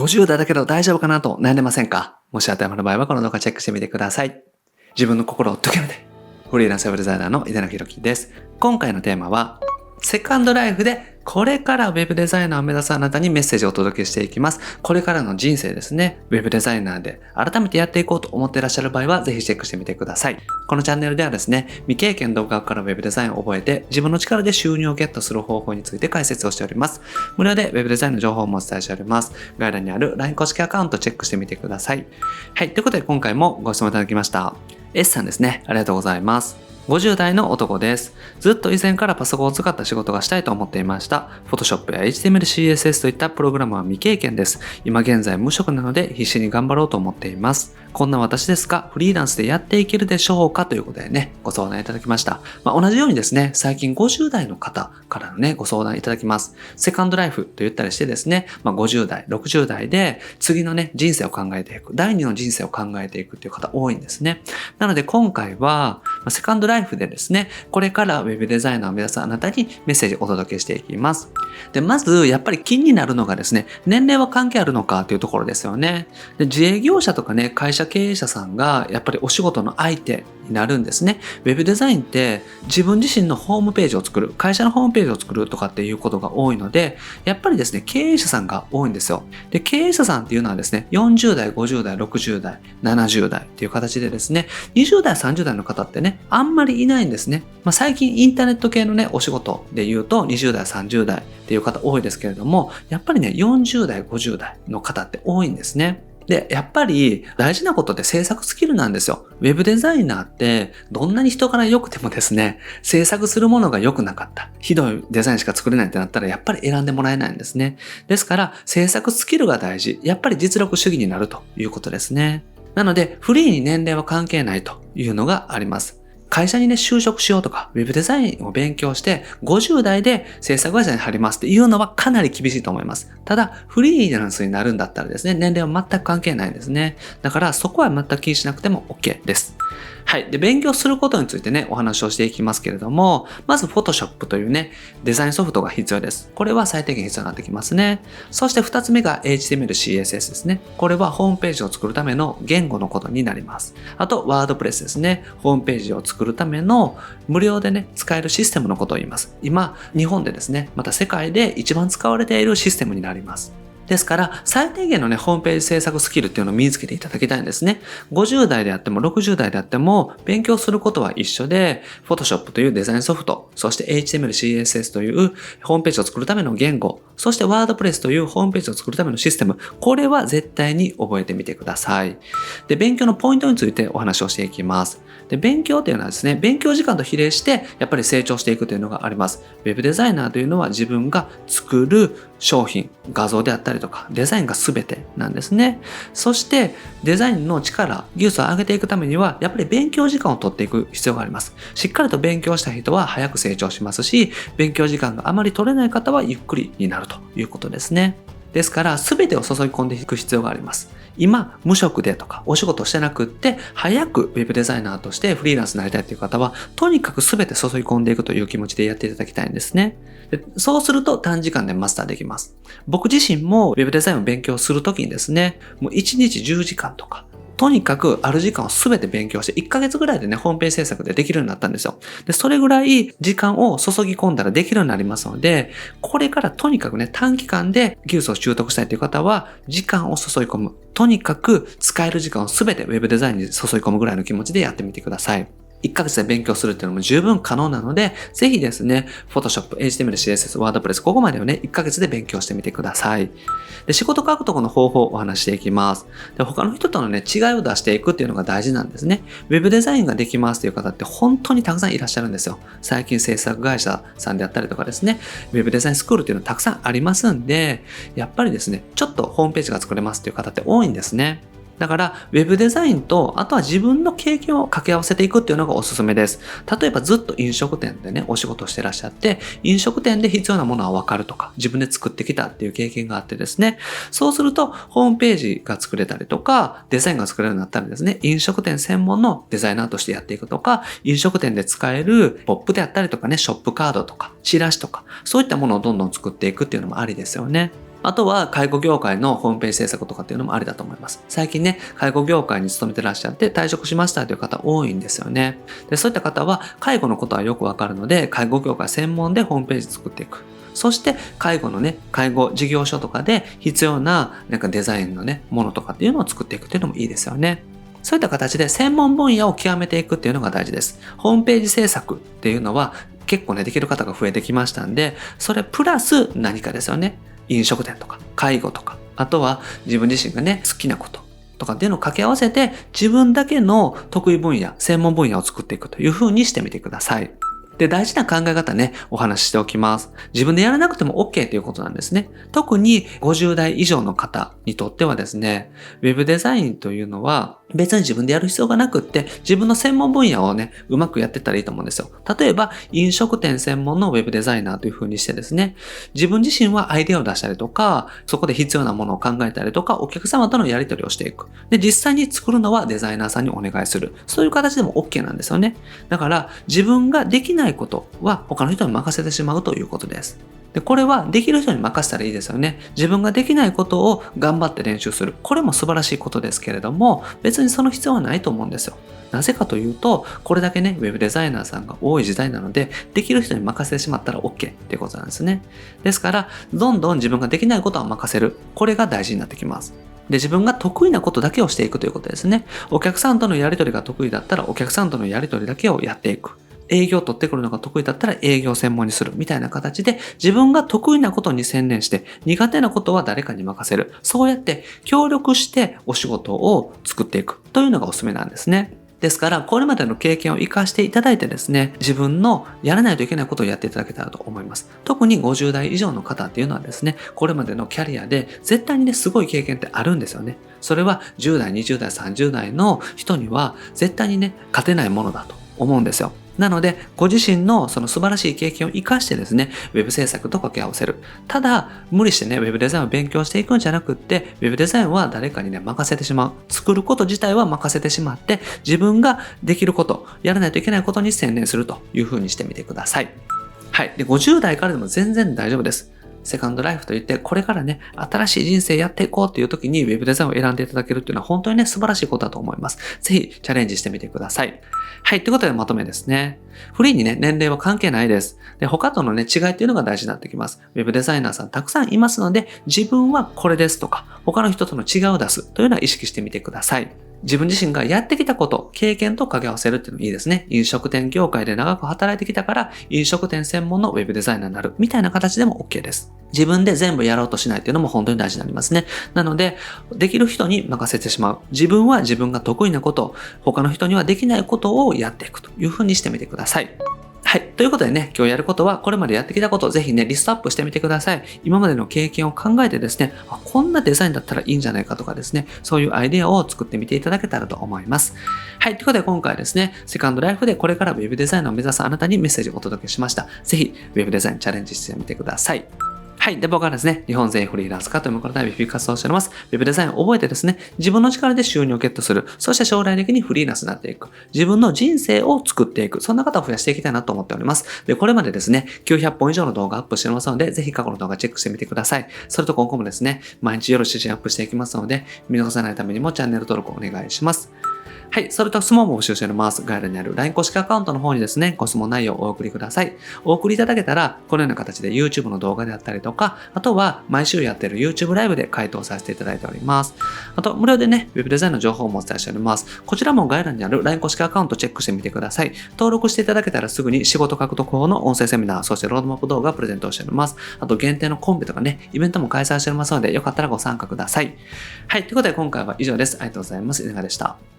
50代だけど大丈夫かなと悩んでませんか？もし当てはまる場合はこの動画チェックしてみてください。自分の心を解けるで。フリーランスウェブデザイナーの井出野博樹です。今回のテーマは、セカンドライフでこれからウェブデザイナーを目指すあなたにメッセージをお届けしていきます。これからの人生ですね、ウェブデザイナーで改めてやっていこうと思っていらっしゃる場合はぜひチェックしてみてください。このチャンネルではですね、未経験独学からウェブデザインを覚えて自分の力で収入をゲットする方法について解説をしております。無料でウェブデザインの情報もお伝えしております。概要欄にある LINE 公式アカウントチェックしてみてください。はい、ということで今回もご質問いただきました。S さんですね、ありがとうございます。50代の男です。ずっと以前からパソコンを使った仕事がしたいと思っていました。Photoshop や HTML、CSS といったプログラムは未経験です。今現在無職なので必死に頑張ろうと思っています。こんな私ですが、フリーランスでやっていけるでしょうかということでね、ご相談いただきました。同じようにですね、最近50代の方からのね、ご相談いただきます。セカンドライフと言ったりしてですね、50代、60代で次のね、人生を考えていく、第二の人生を考えていくっていう方多いんですね。なので今回は、セカンドライフでですね、これからウェブデザイナーを目指すあなたにメッセージをお届けしていきます。で、まず、やっぱり気になるのがですね、年齢は関係あるのかというところですよね。で、自営業者とかね、会社経営者さんがやっぱりお仕事の相手になるんですね。ウェブデザインって自分自身のホームページを作る、会社のホームページを作るとかっていうことが多いので、やっぱりですね、経営者さんが多いんですよ。で、経営者さんっていうのはですね、40代、50代、60代、70代っていう形でですね、20代、30代の方ってね、あんまりいないんですね。最近インターネット系のね、お仕事で言うと20代、30代っていう方多いですけれども、やっぱりね、40代、50代の方って多いんですね。で、やっぱり大事なことって制作スキルなんですよ。ウェブデザイナーってどんなに人から良くてもですね、制作するものが良くなかった。ひどいデザインしか作れないってなったらやっぱり選んでもらえないんですね。ですから制作スキルが大事。やっぱり実力主義になるということですね。なのでフリーに年齢は関係ないというのがあります。会社にね、就職しようとか、ウェブデザインを勉強して、50代で制作会社に入りますっていうのはかなり厳しいと思います。ただ、フリーランスになるんだったらですね、年齢は全く関係ないですね。だから、そこは全く気にしなくても OK です。はい。で、勉強することについてね、お話をしていきますけれども、まず Photoshop というね、デザインソフトが必要です。これは最低限必要になってきますね。そして2つ目が HTML、CSS ですね。これはホームページを作るための言語のことになります。あと、WordPress ですね。ホームページを作るための無料でね、使えるシステムのことを言います。今、日本でですね、また世界で一番使われているシステムになります。ですから、最低限のね、ホームページ制作スキルっていうのを身につけていただきたいんですね。50代であっても60代であっても、勉強することは一緒で、Photoshop というデザインソフト、そして HTML、CSS というホームページを作るための言語、そして WordPress というホームページを作るためのシステム、これは絶対に覚えてみてください。で、勉強のポイントについてお話をしていきます。で、勉強っていうのはですね、勉強時間と比例して、やっぱり成長していくというのがあります。ウェブデザイナーというのは自分が作る商品、画像であったりとか、デザインが全てなんですね。そして、デザインの力、技術を上げていくためには、やっぱり勉強時間を取っていく必要があります。しっかりと勉強した人は早く成長しますし、勉強時間があまり取れない方はゆっくりになるということですね。ですから、全てを注ぎ込んでいく必要があります。今、無職でとか、お仕事してなくって、早くウェブデザイナーとしてフリーランスになりたいという方は、とにかく全て注ぎ込んでいくという気持ちでやっていただきたいんですね。で、そうすると短時間でマスターできます。僕自身もウェブデザインを勉強するときにですね、もう1日10時間とか、とにかくある時間を全て勉強して1ヶ月ぐらいでね、ホームページ制作でできるようになったんですよ。で、それぐらい時間を注ぎ込んだらできるようになりますので、これからとにかくね、短期間で技術を習得したいという方は、時間を注ぎ込む。とにかく使える時間を全てウェブデザインに注ぎ込むぐらいの気持ちでやってみてください。1ヶ月で勉強するっていうのも十分可能なので、ぜひですね、Photoshop、HTML、CSS、WordPress、ここまでをね、1ヶ月で勉強してみてください。で、仕事獲得の方法をお話していきます。で、他の人とのね、違いを出していくっていうのが大事なんですね。ウェブデザインができますっていう方って本当にたくさんいらっしゃるんですよ。最近制作会社さんであったりとかですね、ウェブデザインスクールっていうのたくさんありますんで、やっぱりですね、ちょっとホームページが作れますっていう方って多いんですね。だから、ウェブデザインと、あとは自分の経験を掛け合わせていくっていうのがおすすめです。例えばずっと飲食店でね、お仕事をしてらっしゃって、飲食店で必要なものはわかるとか、自分で作ってきたっていう経験があってですね、そうすると、ホームページが作れたりとか、デザインが作れるようになったらですね、飲食店専門のデザイナーとしてやっていくとか、飲食店で使えるポップであったりとかね、ショップカードとか、チラシとか、そういったものをどんどん作っていくっていうのもありですよね。 あとは介護業界のホームページ制作とかっていうのもありだと思います。最近ね、介護業界に勤めてらっしゃって退職しましたという方多いんですよね。で、そういった方は介護のことはよくわかるので、介護業界専門でホームページ作っていく。そして介護のね、介護事業所とかで必要なデザインのね、ものとかっていうのを作っていくっていうのもいいですよね。そういった形で専門分野を極めていくっていうのが大事です。ホームページ制作っていうのは結構ね、できる方が増えてきましたんで、それプラス何かですよね。飲食店とか介護とか、あとは自分自身がね、好きなこととかっていうのを掛け合わせて自分だけの得意分野、専門分野を作っていくという風にしてみてください。で、大事な考え方ね、お話ししておきます。自分でやらなくても OK ということなんですね。特に50代以上の方にとってはですね、ウェブデザインというのは別に自分でやる必要がなくって、自分の専門分野をね、うまくやってったらいいと思うんですよ。例えば、飲食店専門のウェブデザイナーという風にしてですね、自分自身はアイデアを出したりとか、そこで必要なものを考えたりとか、お客様とのやり取りをしていく。で、実際に作るのはデザイナーさんにお願いする。そういう形でも OK なんですよね。だから、自分ができないことは他の人に任せてしまうということです。で、これはできる人に任せたらいいですよね。自分ができないことを頑張って練習する。これも素晴らしいことですけれども、別にその必要はないと思うんですよ。なぜかというと、これだけね、ウェブデザイナーさんが多い時代なので、できる人に任せてしまったら OK っていうことなんですね。ですから、どんどん自分ができないことは任せる。これが大事になってきます。で、自分が得意なことだけをしていくということですね。お客さんとのやり取りが得意だったら、お客さんとのやり取りだけをやっていく。営業を取ってくるのが得意だったら営業専門にするみたいな形で自分が得意なことに専念して苦手なことは誰かに任せる。そうやって協力してお仕事を作っていくというのがおすすめなんですね。ですから、これまでの経験を活かしていただいてですね、自分のやらないといけないことをやっていただけたらと思います。特に50代以上の方っていうのはですね、これまでのキャリアで絶対にね、すごい経験ってあるんですよね。それは10代、20代、30代の人には絶対にね、勝てないものだと思うんですよ。なので、ご自身のその素晴らしい経験を活かしてですね、ウェブ制作と掛け合わせる。ただ、無理してね、ウェブデザインを勉強していくんじゃなくって、ウェブデザインは誰かにね、任せてしまう。作ること自体は任せてしまって、自分ができること、やらないといけないことに専念するという風にしてみてください。はい。で、50代からでも全然大丈夫です。セカンドライフといって、これからね、新しい人生やっていこうっていう時にウェブデザインを選んでいただけるっていうのは本当にね、素晴らしいことだと思います。ぜひチャレンジしてみてください。はい。ということでまとめですね。フリーにね、年齢は関係ないです。で、他とのね、違いっていうのが大事になってきます。ウェブデザイナーさんたくさんいますので、自分はこれですとか、他の人との違いを出すというのは意識してみてください。自分自身がやってきたこと、経験と掛け合わせるっていうのもいいですね。飲食店業界で長く働いてきたから、飲食店専門のウェブデザイナーになるみたいな形でも OK です。自分で全部やろうとしないっていうのも本当に大事になりますね。なので、できる人に任せてしまう。自分は自分が得意なこと、他の人にはできないことをやっていくというふうにしてみてください。はい。ということでね、今日やることは、これまでやってきたことをぜひね、リストアップしてみてください。今までの経験を考えてですね、こんなデザインだったらいいんじゃないかとかですね、そういうアイデアを作ってみていただけたらと思います。はい。ということで今回はですね、セカンドライフでこれからウェブデザイナーを目指すあなたにメッセージをお届けしました。ぜひ、ウェブデザインチャレンジしてみてください。はい。で、僕はですね、日本全員フリーランス化という向こうのために日々活動しております。ウェブデザインを覚えてですね、自分の力で収入をゲットする。そして将来的にフリーランスになっていく。自分の人生を作っていく。そんな方を増やしていきたいなと思っております。で、これまでですね、900本以上の動画アップしておりますので、ぜひ過去の動画チェックしてみてください。それと今後もですね、毎日夜7時にアップしていきますので、見逃さないためにもチャンネル登録をお願いします。はい。それと質問も募集しております。概要欄にある LINE 公式アカウントの方にですね、ご質問内容をお送りください。お送りいただけたら、このような形で YouTube の動画であったりとか、あとは毎週やっている YouTube ライブで回答させていただいております。あと、無料でね、Web デザインの情報もお伝えしております。こちらも概要欄にある LINE 公式アカウントチェックしてみてください。登録していただけたらすぐに仕事獲得法の音声セミナー、そしてロードマップ動画をプレゼントしております。あと、限定のコンペとかね、イベントも開催しておりますので、よかったらご参加ください。はい。ということで今回は以上です。ありがとうございます。いかがでした？